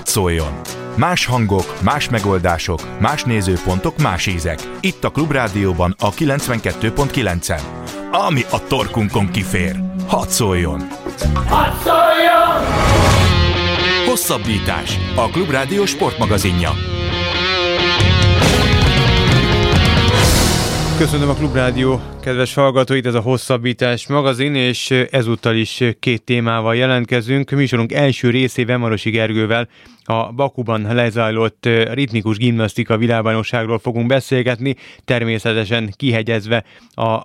Hadd szóljon! Más hangok, más megoldások, más nézőpontok, más ízek. Itt a Klubrádióban a 92.9-en. Ami a torkunkon kifér. Hadd szóljon! Hadd szóljon! Hosszabbítás. A Klubrádió sportmagazinja. Köszönöm a Klubrádió kedves hallgatóit, ez a Hosszabbítás magazin, és ezúttal is két témával jelentkezünk. Műsorunk első részében Marosi Gergővel a Bakuban lezajlott ritmikus gimnasztika világbajnokságról fogunk beszélgetni, természetesen kihegyezve a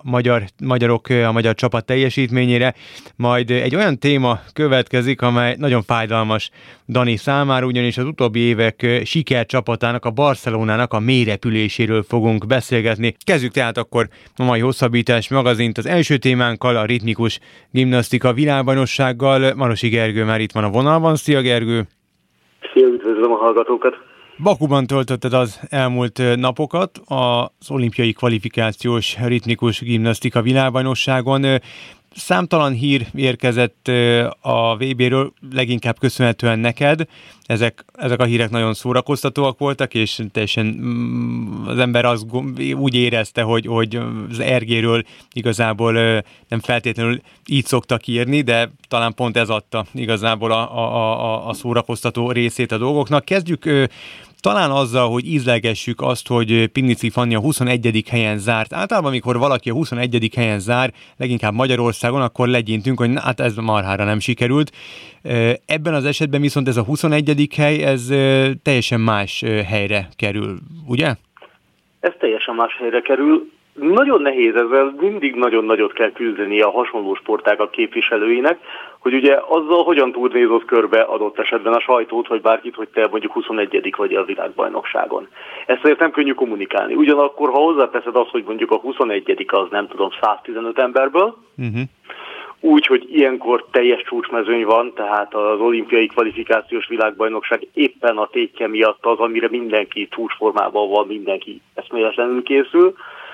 magyar csapat teljesítményére. Majd egy olyan téma következik, amely nagyon fájdalmas Dani számára, ugyanis az utóbbi évek sikercsapatának, a Barcelonának a mélyrepüléséről fogunk beszélgetni. Kezdjük tehát akkor a mai Hosszabbítás magazint az első témánkkal, a ritmikus gimnasztika világbajnoksággal. Marosi Gergő már itt van a vonalban. Szia, Gergő! Szia, üdvözlöm a hallgatókat! Bakuban töltötted az elmúlt napokat az olimpiai kvalifikációs ritmikus gimnasztika világbajnokságon. Számtalan hír érkezett a VB-ről, leginkább köszönhetően neked. Ezek a hírek nagyon szórakoztatóak voltak, és teljesen az ember úgy érezte, hogy az RG-ről igazából nem feltétlenül így szoktak írni, de talán pont ez adta igazából a szórakoztató részét a dolgoknak. Kezdjük talán azzal, hogy ízlegessük azt, hogy Pinnici Fanni a 21. helyen zárt. Általában, amikor valaki a 21. helyen zár, leginkább Magyarországon, akkor legyintünk, hogy hát ez marhára nem sikerült. Ebben az esetben viszont ez a 21. hely, ez teljesen más helyre kerül, ugye? Ez teljesen más helyre kerül. Nagyon nehéz ezzel, mindig nagyon nagyot kell küzdeni a hasonló sportágak képviselőinek, hogy ugye azzal hogyan turnézott körbe adott esetben a sajtót, vagy bárkit, hogy te mondjuk 21. vagy a világbajnokságon. Ezt azért nem könnyű kommunikálni. Ugyanakkor, ha hozzáteszed azt, hogy mondjuk a 21. az nem tudom 115 emberből, úgy, hogy ilyenkor teljes csúcsmezőny van, tehát az olimpiai kvalifikációs világbajnokság éppen a tétje miatt az, amire mindenki csúcsformában van, mindenki eszméletlenül készül,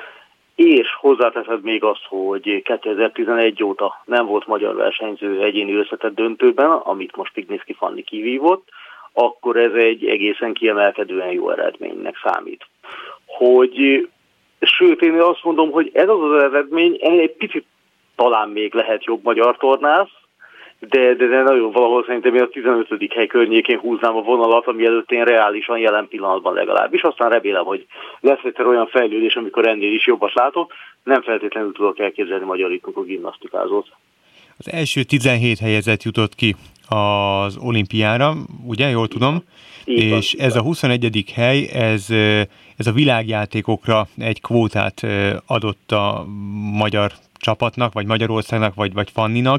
és hozzáteszed még azt, hogy 2011 óta nem volt magyar versenyző egyéni összetett döntőben, amit most Pinnici Fanni kivívott, akkor ez egy egészen kiemelkedően jó eredménynek számít. Sőt, én azt mondom, hogy ez az eredmény egy picit talán még lehet jobb magyar tornász, de nagyon valahol szerintem én a 15. hely környékén húznám a vonalat, ami előtt én reálisan jelen pillanatban legalábbis. Aztán remélem, hogy lesz egyszer olyan fejlődés, amikor ennél is jobbat látok. Nem feltétlenül tudok elképzelni magyar ritmikus gimnasztikázót. Az első 17 helyezett jutott ki az olimpiára, ugye, jól tudom? És ez a 21. hely, ez a világjátékokra egy kvótát adott a magyar csapatnak, vagy Magyarországnak, vagy Fanninak.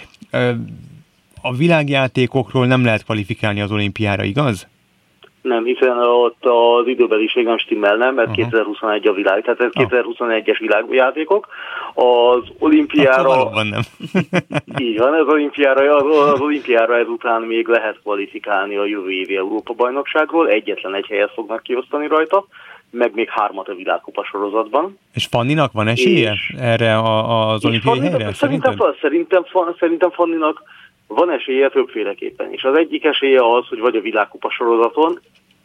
A világjátékokról nem lehet kvalifikálni az olimpiára, igaz? Nem, hiszen ott az időbeliség nem stimmelne, mert 2021 a világ, tehát ez 2021-es világjátékok. Az olimpiára... Valóban nem. Így van, az olimpiára ezután még lehet kvalifikálni a jövő évi Európa-bajnokságról, egyetlen egy helyet fognak kiosztani rajta, meg még 3 a világkupa sorozatban. És Fanninak van esélye erre az olimpiai helyre? Szerintem Fanninak van esélye többféleképpen is. Az egyik esélye az, hogy vagy a világkupa sorozaton,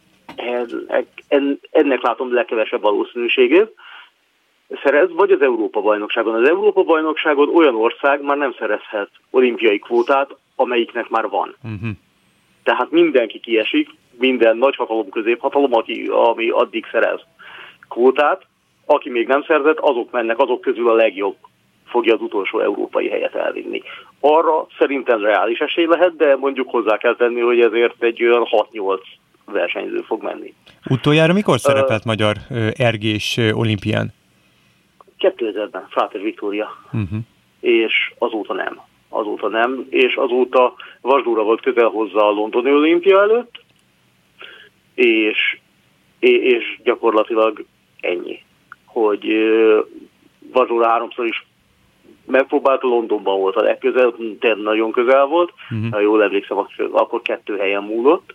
ennek látom legkevesebb valószínűségét, szerez, vagy az Európa-bajnokságon. Az Európa-bajnokságon olyan ország már nem szerezhet olimpiai kvótát, amelyiknek már van. Tehát mindenki kiesik, minden nagyhatalom, középhatalom, ami addig szerez kvótát, aki még nem szerzett, azok mennek, azok közül a legjobb fogja az utolsó európai helyet elvinni. Arra szerintem reális esély lehet, de mondjuk hozzá kell tenni, hogy ezért egy olyan 6-8 versenyző fog menni. Utoljára mikor szerepelt magyar RG-s olimpián? 2000-ben, Frater Viktória. És azóta nem, és azóta Vasdóra volt közel hozzá a londoni olimpia előtt, és gyakorlatilag ennyi, hogy Vasdóra 3-szor is megpróbálta, Londonban volt a legközel, nagyon közel volt, ha jól emlékszem, akkor 2 helyen múlott,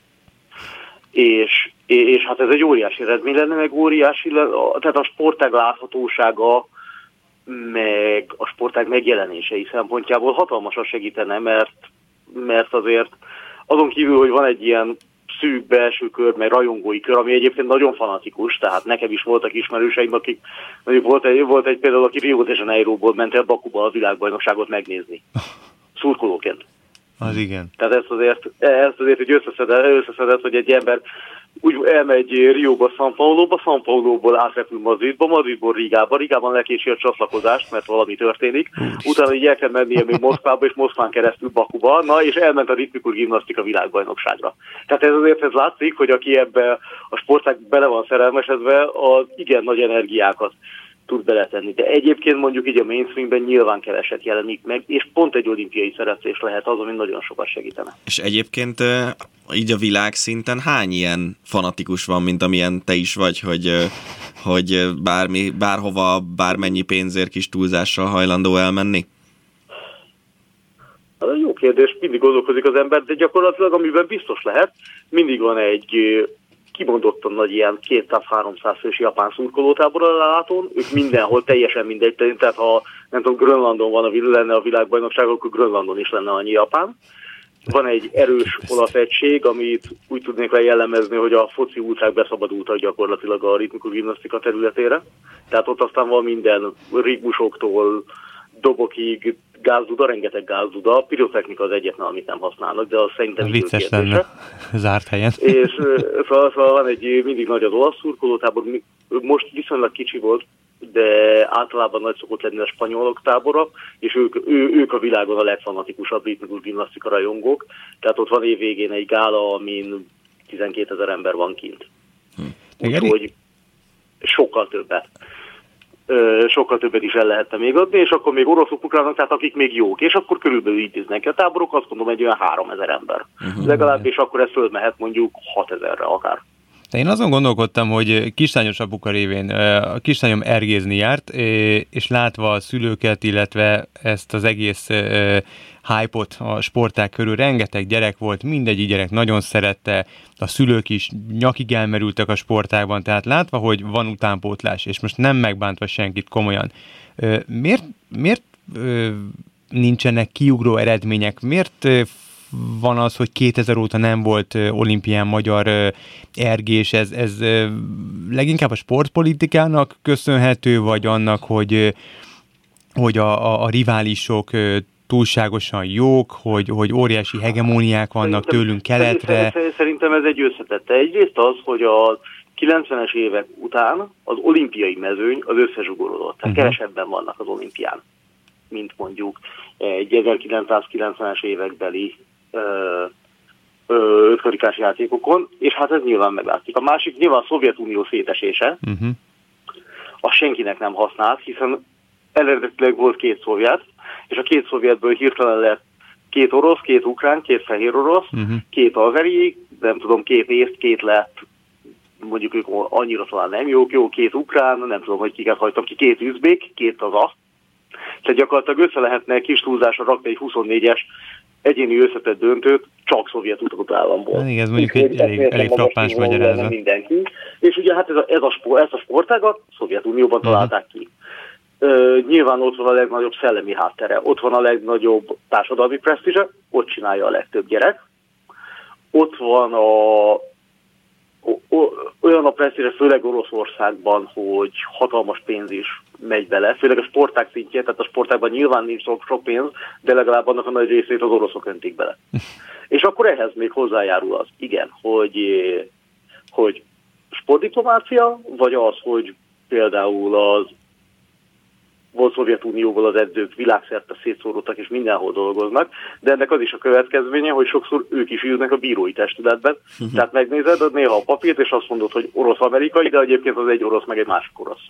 és hát ez egy óriási eredmény lenne, meg óriási, tehát a sportág láthatósága, meg a sportág megjelenései szempontjából hatalmasan segítene, mert azért azon kívül, hogy van egy ilyen szűk belső kör, meg rajongói kör, ami egyébként nagyon fanatikus, tehát nekem is voltak ismerőseim, akik, mondjuk volt egy például, aki Rio de Janeiróból ment el Bakuba a világbajnokságot megnézni. Szurkolóként. Az igen. Tehát ezt azért hogy összeszedett, hogy egy ember úgy elmegy Rióba, São Paulóból átrepül Madridból Rigában lekési a csatlakozást, mert valami történik, utána így el kell mennie még Moszkvába, és Moszkván keresztül Bakuba, és elment a ritmikus gimnasztika világbajnokságra. Tehát ez látszik, hogy aki ebbe a sportág bele van szerelmesedve, az igen nagy energiákat tud beletenni. De egyébként mondjuk így a mainstreamben nyilván keveset jelenik meg, és pont egy olimpiai szereplés lehet az, ami nagyon sokat segítene. És egyébként így a világszinten hány ilyen fanatikus van, mint amilyen te is vagy, hogy bárhova, bármennyi pénzért kis túlzással hajlandó elmenni? Jó kérdés, mindig gondolkozik az ember, de gyakorlatilag amiben biztos lehet, mindig van egy kimondottan nagy ilyen 200-300 fős japán szurkolótábor a látón, ők mindenhol teljesen mindegy, tehát ha nem tudom, Grönlandon lenne a világbajnokság, akkor Grönlandon is lenne annyi japán. Van egy erős olasz egység, amit úgy tudnék lejellemezni, hogy a foci ultrák beszabadultak gyakorlatilag a ritmikus gimnasztika területére. Tehát ott aztán van minden rigmusoktól dobokig, gázduda, rengeteg gázduda, a pirotechnika az egyetlen, amit nem használnak, de az szerintem vicces lenne, zárt helyen. És szóval van egy mindig nagy az olasz szurkolótábor, most viszonylag kicsi volt, de általában nagy szokott lenni a spanyolok tábora, és ők a világon a legfanatikusabb ritmikus gimnasztika rajongók, tehát ott van évvégén egy gála, amin 12 000 ember van kint. Úgyhogy sokkal többet is el lehetne még adni, és akkor még oroszok, ukránok, tehát akik még jók, és akkor körülbelül intéznek a táborok, azt mondom, egy olyan 3000 ember. Legalább, és akkor ez fölmehet mondjuk 6000-re akár. De én azon gondolkodtam, hogy kislányos apuka révén a kislányom ergézni járt, és látva a szülőket, illetve ezt az egész hype-ot a sportág körül, rengeteg gyerek volt, mindegyik gyerek nagyon szerette, a szülők is nyakig elmerültek a sportágban, tehát látva, hogy van utánpótlás, és most nem megbántva senkit komolyan. Miért nincsenek kiugró eredmények? Miért van az, hogy 2000 óta nem volt olimpián magyar ergés? Ez leginkább a sportpolitikának köszönhető, vagy annak, hogy a riválisok túlságosan jók, hogy óriási hegemóniák vannak tőlünk keletre? Szerintem ez egy összetette. Egyrészt az, hogy a 90-es évek után az olimpiai mezőny az összezsugorodott. Tehát kevesebben vannak az olimpián, mint mondjuk egy 1990-es évekbeli ötkarikás játékokon, és hát ez nyilván meglátszik. A másik nyilván a Szovjetunió szétesése, az senkinek nem használt, hiszen eredetileg volt 2 szovjet, és a 2 szovjetből hirtelen lett 2 orosz, 2 ukrán, 2 fehér orosz, 2 azeri, nem tudom, 2 észt, 2 lett, mondjuk ők annyira talán nem jók, 2 ukrán, nem tudom, hogy kiket hagytam ki, 2 üzbék, 2 kazah. Tehát gyakorlatilag össze lehetne kis túlzásra rakni egy 24-es egyéni összetett döntőt csak szovjet államból. Igen, ez mondjuk egy elég frappáns magyarázat. Mindenki. És ugye hát ezt a sportágat Szovjetunióban találták ki. Nyilván ott van a legnagyobb szellemi háttere, ott van a legnagyobb társadalmi presztízse, ott csinálja a legtöbb gyerek. Ott van olyan a presztízse, főleg Oroszországban, hogy hatalmas pénz is megy bele, főleg a sportág szintjén, tehát a sportágban nyilván nincs sok pénz, de legalább annak a nagy részét az oroszok öntik bele. És akkor ehhez még hozzájárul az, igen, hogy sportdiplomácia, vagy az, hogy például az volt Szovjetunióból az edzők világszerte szétszóródtak és mindenhol dolgoznak, de ennek az is a következménye, hogy sokszor ők is ülnek a bírói testületben. Tehát megnézed néha a papírt, és azt mondod, hogy orosz-amerikai, de egyébként az egy orosz, meg egy másik orosz.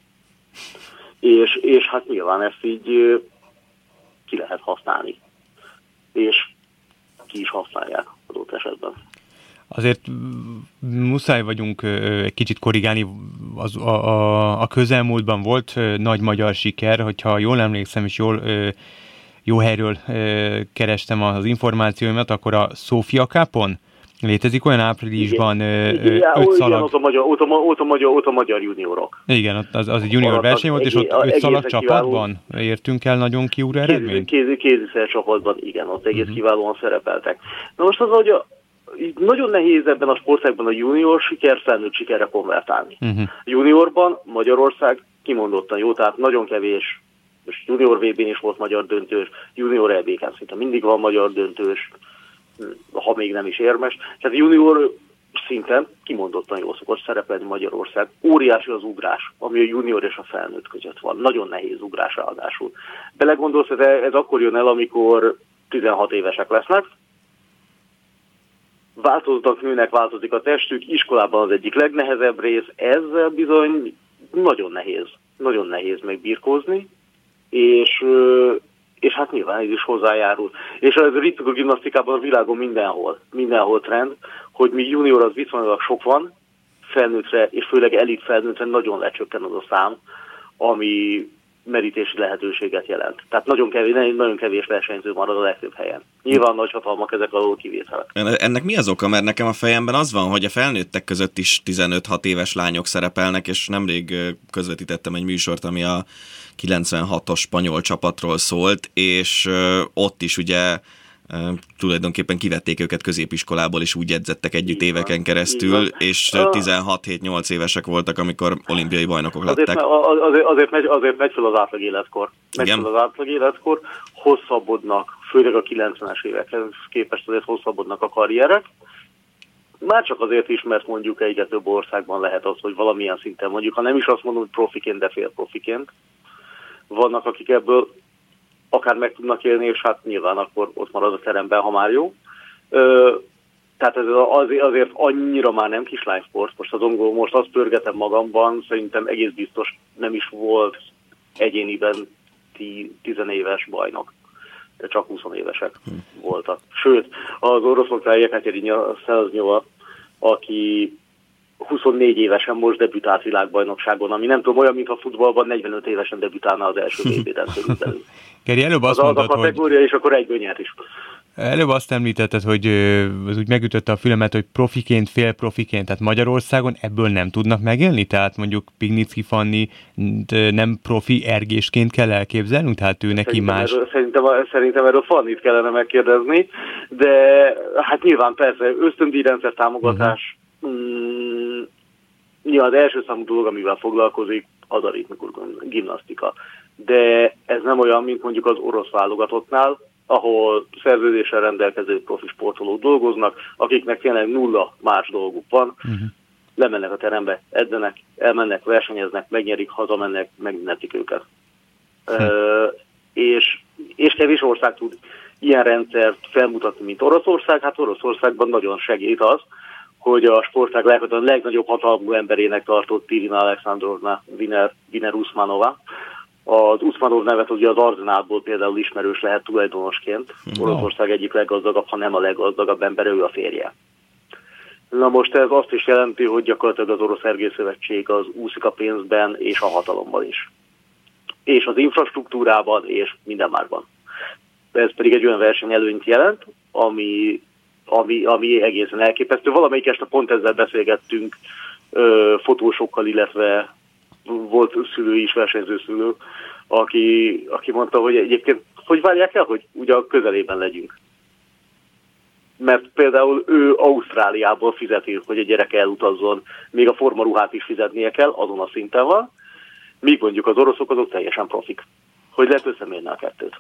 És hát nyilván ezt így ki lehet használni. És ki is használják adott esetben. Azért muszáj vagyunk egy kicsit korrigálni, a közelmúltban volt nagy magyar siker, hogyha jól emlékszem és jó helyről kerestem az információimat, akkor a Sofia Cupon létezik olyan áprilisban 5 szalag. Ott a magyar juniorok. Igen, az egy junior verseny volt, és ott 5 szalag csapatban értünk el nagyon kiugró eredményt? Kéziszer csapatban, igen, ott egész kiválóan szerepeltek. Na most az, hogy nagyon nehéz ebben a sportágban a junior siker felnőtt sikerre konvertálni. Juniorban Magyarország kimondottan jó, tehát nagyon kevés, most junior VB-n is volt magyar döntős, junior EB-ken szinte mindig van magyar döntős, ha még nem is érmes. Tehát junior szinten kimondottan jól szokott szerepelni Magyarország. Óriási az ugrás, ami a junior és a felnőtt között van. Nagyon nehéz ugrás ráadásul. Belegondolsz, ez akkor jön el, amikor 16 évesek lesznek, változnak, nőnek, változik a testük, iskolában az egyik legnehezebb rész, ezzel bizony nagyon nehéz megbirkózni, és hát nyilván ez is hozzájárul. És ez a ritmikus gimnasztikában a világon mindenhol trend, hogy míg junior az viszonylag sok van, felnőttre, és főleg elit felnőttre nagyon lecsökken az a szám, ami merítési lehetőséget jelent. Tehát nagyon kevés versenyző marad a legtöbb helyen. Nyilván nagyhatalmak ezek alól kivételek. Ennek mi az oka? Mert nekem a fejemben az van, hogy a felnőttek között is 15-6 éves lányok szerepelnek, és nemrég közvetítettem egy műsort, ami a 96-os spanyol csapatról szólt, és ott is ugye tulajdonképpen kivették őket középiskolából, és úgy edzettek együtt éveken keresztül, és 16-7-8 évesek voltak, amikor olimpiai bajnokok lettek. Azért megy fel az átlag életkor. Hosszabbodnak, főleg a 90-es évekhez képest azért hosszabbodnak a karrierek. Már csak azért is, mert mondjuk egyre több országban lehet az, hogy valamilyen szinten mondjuk, ha nem is azt mondom, hogy profiként, de félprofiként. Vannak, akik ebből akár meg tudnak élni, és hát nyilván akkor ott marad a teremben, ha már jó. Tehát ez azért annyira már nem kislánysport. Most azt pörgetem magamban, szerintem egész biztos nem is volt egyéniben 10 éves bajnok, de csak 20 évesek voltak. Sőt, az oroszoknál Jekaterina Szelznyova, aki 24 évesen most debütált világbajnokságon, ami nem tudom, olyan, mintha futballban 45 évesen debütálna az első VB-ben körülbelül. Geri, előbb azt mondtad, a kategória, és akkor egyből nyert is. Előbb azt említetted, hogy az úgy megütötte a fülemet, hogy profiként, félprofiként, tehát Magyarországon ebből nem tudnak megélni? Tehát mondjuk Pignicki Fanni nem profi ergésként kell elképzelnünk? Tehát ő neki más... Szerintem erről Fannit kellene megkérdezni, de hát nyilván persze ösztöndíjrendszer támogatás, nyilván az első számú dolog, amivel foglalkozik, az a ritmikus gimnasztika. De ez nem olyan, mint mondjuk az orosz válogatottnál, ahol szerződéssel rendelkező profi sportolók dolgoznak, akiknek tényleg nulla más dolguk van, lemennek a terembe, edzenek, elmennek, versenyeznek, megnyerik, hazamennek, megünnetik őket. És kevés ország tud ilyen rendszert felmutatni, mint Oroszország. Hát Oroszországban nagyon segít az, hogy a sportág legnagyobb hatalmú emberének tartott Irina Alexandrovna Viner Usmanova. Az Usmanov nevet ugye az Arzenálból például ismerős lehet tulajdonosként. Oroszország egyik leggazdagabb, ha nem a leggazdagabb ember, ő a férje. Na most ez azt is jelenti, hogy gyakorlatilag az Orosz Ergőszövetség az úszik a pénzben és a hatalomban is. És az infrastruktúrában és minden másban. Ez pedig egy olyan versenyelőnyt jelent, ami egészen elképesztő. Valamelyik este pont ezzel beszélgettünk fotósokkal, illetve volt szülő is, versenyző szülő, aki mondta, hogy egyébként hogy várják el, hogy ugye a közelében legyünk. Mert például ő Ausztráliából fizeti, hogy a gyerek elutazzon, még a formaruhát is fizetnie kell, azon a szinten van, míg mondjuk az oroszok azok teljesen profik. Hogy lehet összemérni a kettőt.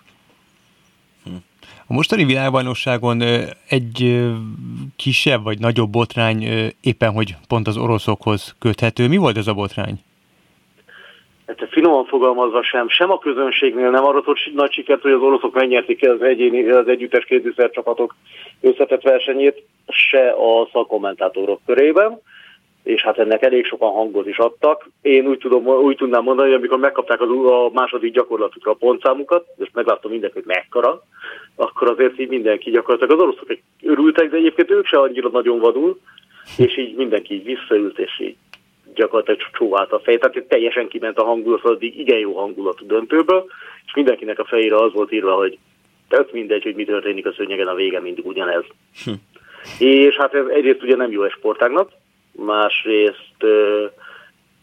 A mostani világbajnokságon egy kisebb vagy nagyobb botrány éppen, hogy pont az oroszokhoz köthető. Mi volt ez a botrány? Hát finoman fogalmazva sem a közönségnél nem aratott nagy sikert, hogy az oroszok megnyerték az együttes kézilabda csapatok összetett versenyét, se a szakkommentátorok körében, és hát ennek elég sokan hangot is adtak. Én úgy tudnám mondani, hogy amikor megkapták a második gyakorlatukra a pontszámukat, és megláttam mindenki, hogy mekkora, akkor azért így mindenki gyakorlatilag, az oroszok örültek, de egyébként ők se annyira nagyon vadul, és így mindenki így visszaült, és így gyakorlatilag csóvált a fej. Tehát teljesen kiment a hangulat, addig igen jó hangulatú döntőből, és mindenkinek a fejére az volt írva, hogy tök mindegy, hogy mi történik a szőnyegen, a vége mindig ugyanez. És hát ez egyrészt ugye nem jó egy sportágnak, másrészt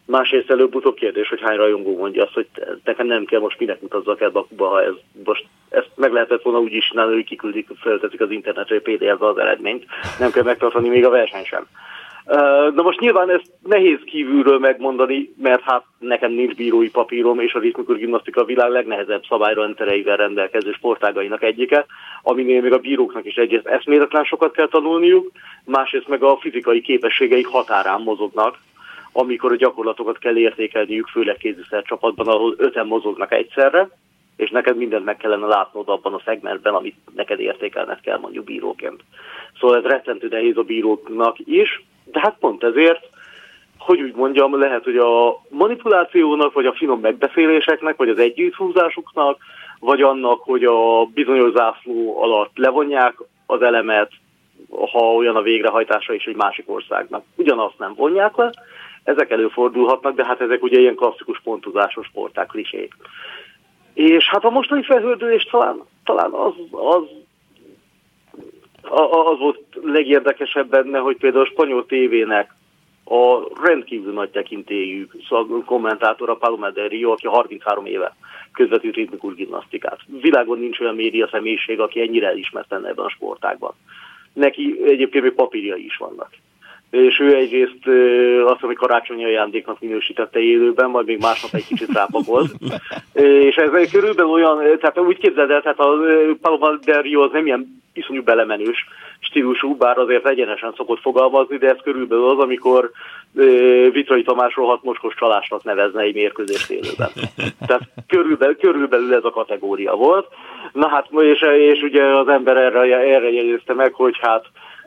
Másrészt előbb-utóbb kérdés, hogy hány rajongó mondja azt, hogy nekem nem kell, most minek mutazzak el Bakuba, ha ezt meg lehetett volna úgy is csinálni, hogy kiküldik, felteszik az internetre, hogy PDF-be az eredményt, nem kell megtartani még a verseny sem. Na most nyilván ezt nehéz kívülről megmondani, mert hát nekem nincs bírói papírom, és a ritmikus gimnasztika a világ legnehezebb szabályrendszereivel rendelkező sportágainak egyike, aminél még a bíróknak is egyrészt eszméletlen sokat kell tanulniuk, másrészt meg a fizikai képességeik határán mozognak, amikor a gyakorlatokat kell értékelniük, főleg kéziszer csapatban, ahol 5-en mozognak egyszerre, és neked mindent meg kellene látnod abban a szegmentben, amit neked értékelned kell mondjuk bíróként. Szóval ez rettentő nehéz a bíróknak is, de hát pont ezért, hogy úgy mondjam, lehet, hogy a manipulációnak, vagy a finom megbeszéléseknek, vagy az együtthúzásuknak, vagy annak, hogy a bizonyos zászló alatt levonják az elemet, ha olyan a végrehajtása is egy másik országnak. Ugyanazt nem vonják le, ezek előfordulhatnak, de hát ezek ugye ilyen klasszikus pontozásos sporták, klisék. És hát a mostani felhördülés talán az volt legérdekesebb benne, hogy például a spanyol tévének a rendkívül nagy tekintélyű kommentátora Paloma del Rio, aki 33 éve közvetít ritmikus gimnasztikát. Világon nincs olyan média személyiség, aki ennyire elismert lenne ebben a sportágban. Neki egyébként még papírjai is vannak. És ő egyrészt azt, hogy karácsonyi ajándéknak minősítette élőben, majd még másnap egy kicsit rápakolt. És ez körülbelül olyan, tehát úgy képzeld el, tehát a Paloma del Rio az nem ilyen iszonyú belemenős stílusú, bár azért egyenesen szokott fogalmazni, de ez körülbelül az, amikor Vitrai Tamás rohadt mocskos csalásnak nevezne egy mérkőzést élőben. Tehát körülbelül ez a kategória volt. Na hát, és ugye az ember erre jegyezte meg, hogy hát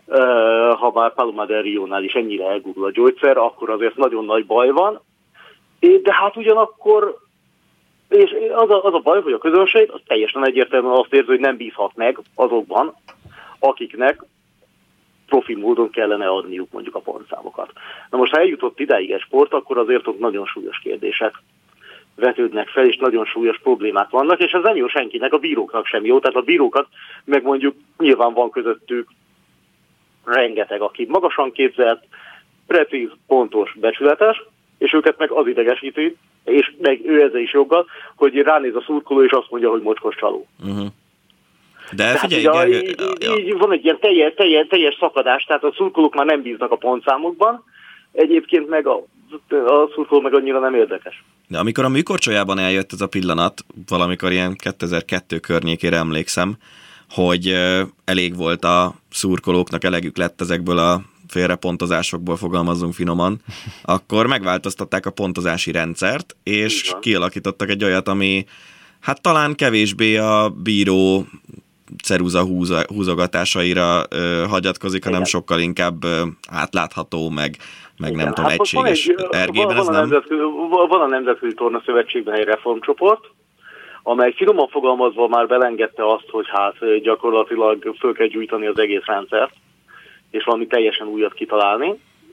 ha már Paloma del Rio-nál is ennyire elgurul a gyógyszer, akkor azért nagyon nagy baj van. De hát ugyanakkor, és az a baj, hogy a közönség az teljesen egyértelműen azt érzi, hogy nem bízhat meg azokban, akiknek profi módon kellene adniuk mondjuk a pontszámokat. Na most, ha eljutott idáig egy sport, akkor azért ott nagyon súlyos kérdések vetődnek fel, és nagyon súlyos problémák vannak, és ez nem jó senkinek, a bíróknak sem jó. Tehát a bírókat, meg mondjuk nyilván van közöttük rengeteg, aki magasan képzelt, precíz, pontos, becsületes, és őket meg az idegesíti, és meg ő ezzel is joggal, hogy ránéz a szurkoló, és azt mondja, hogy mocskos csaló. Uh-huh. De figyelj, így van egy ilyen teljes szakadás, tehát a szurkolók már nem bíznak a pontszámokban, egyébként meg a szurkoló meg annyira nem érdekes. De amikor a műkorcsolyában eljött ez a pillanat, valamikor ilyen 2002 környékére emlékszem, hogy elég volt a szurkolóknak, elegük lett ezekből a félrepontozásokból, fogalmazzunk finoman, akkor megváltoztatták a pontozási rendszert, és kialakítottak egy olyat, ami hát talán kevésbé a bíró ceruza húzogatásaira hagyatkozik, hanem sokkal inkább átlátható, meg nem tudom, egységes. RG-ben ez nem? Van a Nemzetközi Torna Szövetségben egy reformcsoport, amely finoman fogalmazva már belengedte azt, hogy hát gyakorlatilag föl kell gyújtani az egész rendszert, és valami teljesen újat kitalálni.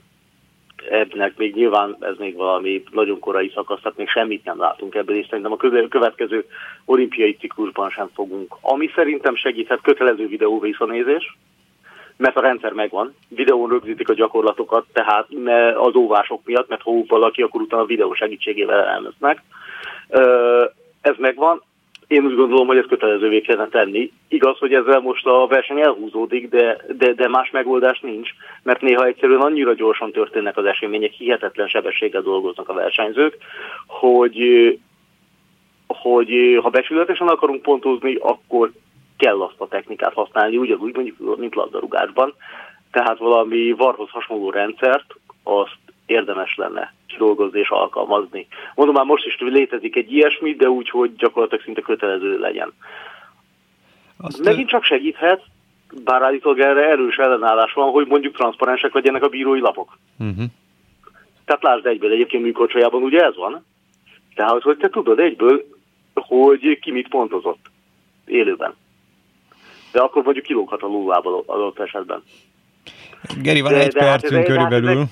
Ebnek még nyilván ez még valami nagyon korai szakasz, tehát még semmit nem látunk ebből, és szerintem a következő olimpiai ciklusban sem fogunk. Ami szerintem segíthet, kötelező videó visszanézés, mert a rendszer megvan, videón rögzítik a gyakorlatokat, tehát az óvások miatt, mert ha óv valaki, akkor utána a videó segítségével elmeznek. Ez megvan. Én úgy gondolom, hogy ezt kötelezővé kellene tenni. Igaz, hogy ezzel most a verseny elhúzódik, de más megoldás nincs, mert néha egyszerűen annyira gyorsan történnek az események, hihetetlen sebességgel dolgoznak a versenyzők, hogy ha becsületesen akarunk pontozni, akkor kell azt a technikát használni, ugyanúgy mondjuk, mint labdarúgásban. Tehát valami VAR-hoz hasonló rendszert, azt érdemes lenne dolgozni és alkalmazni. Mondom, már most is létezik egy ilyesmi, de úgy, hogy gyakorlatilag szinte kötelező legyen. Megint csak segíthet, bár állítólag erre erős ellenállás van, hogy mondjuk transzparensek legyenek a bírói lapok. Uh-huh. Tehát lásd egyből, egyébként műkorcsolyában ugye ez van. Tehát, hogy te tudod egyből, hogy ki mit pontozott élőben. De akkor mondjuk kilóghat a lólából adott esetben. Geri, van egy percünk körülbelül.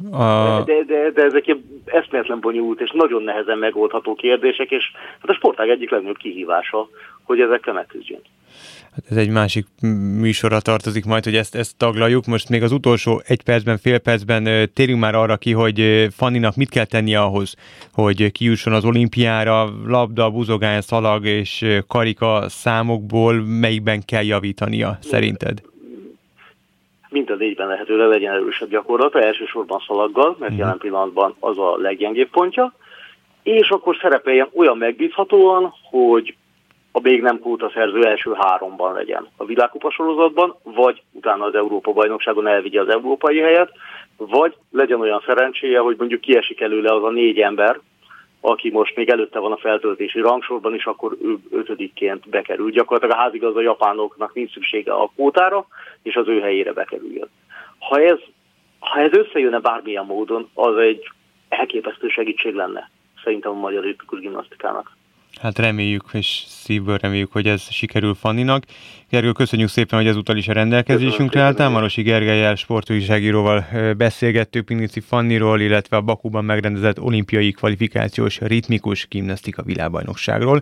De ezek ilyen eszméletlen bonyolult és nagyon nehezen megoldható kérdések, és hát a sportág egyik legnagyobb kihívása, hogy ezekkel megküzdjön. Hát ez egy másik műsorra tartozik majd, hogy ezt taglaljuk. Most még az utolsó fél percben térjünk már arra ki, hogy Fanninak mit kell tennie ahhoz, hogy kijusson az olimpiára, labda, buzogán, szalag és karika számokból melyikben kell javítania szerinted? Mind a négyben lehetőleg legyen erősebb gyakorlata, elsősorban szalaggal, mert jelen pillanatban az a leggyengébb pontja, és akkor szerepeljen olyan megbízhatóan, hogy a még nem kvótaszerző első 3-ban legyen a világkupa sorozatban, vagy utána az Európa-bajnokságon elvigye az európai helyet, vagy legyen olyan szerencséje, hogy mondjuk kiesik előle az a 4 ember, aki most még előtte van a feltöltési rangsorban, és akkor ő 5-ként bekerül. Gyakorlatilag a házigazda japánoknak nincs szüksége a kvótára, és az ő helyére bekerüljön. Ha ez összejönne bármilyen módon, az egy elképesztő segítség lenne szerintem a magyar ritmikus gimnasztikának. Hát reméljük, és szívből reméljük, hogy ez sikerül Fanninak. Gergő, köszönjük szépen, hogy ezúttal is a rendelkezésünkre álltál. Marosi Gergellyel, sportújságíróval beszélgettük Pinici Fanniról, illetve a Bakuban megrendezett olimpiai kvalifikációs ritmikus gimnasztika világbajnokságról.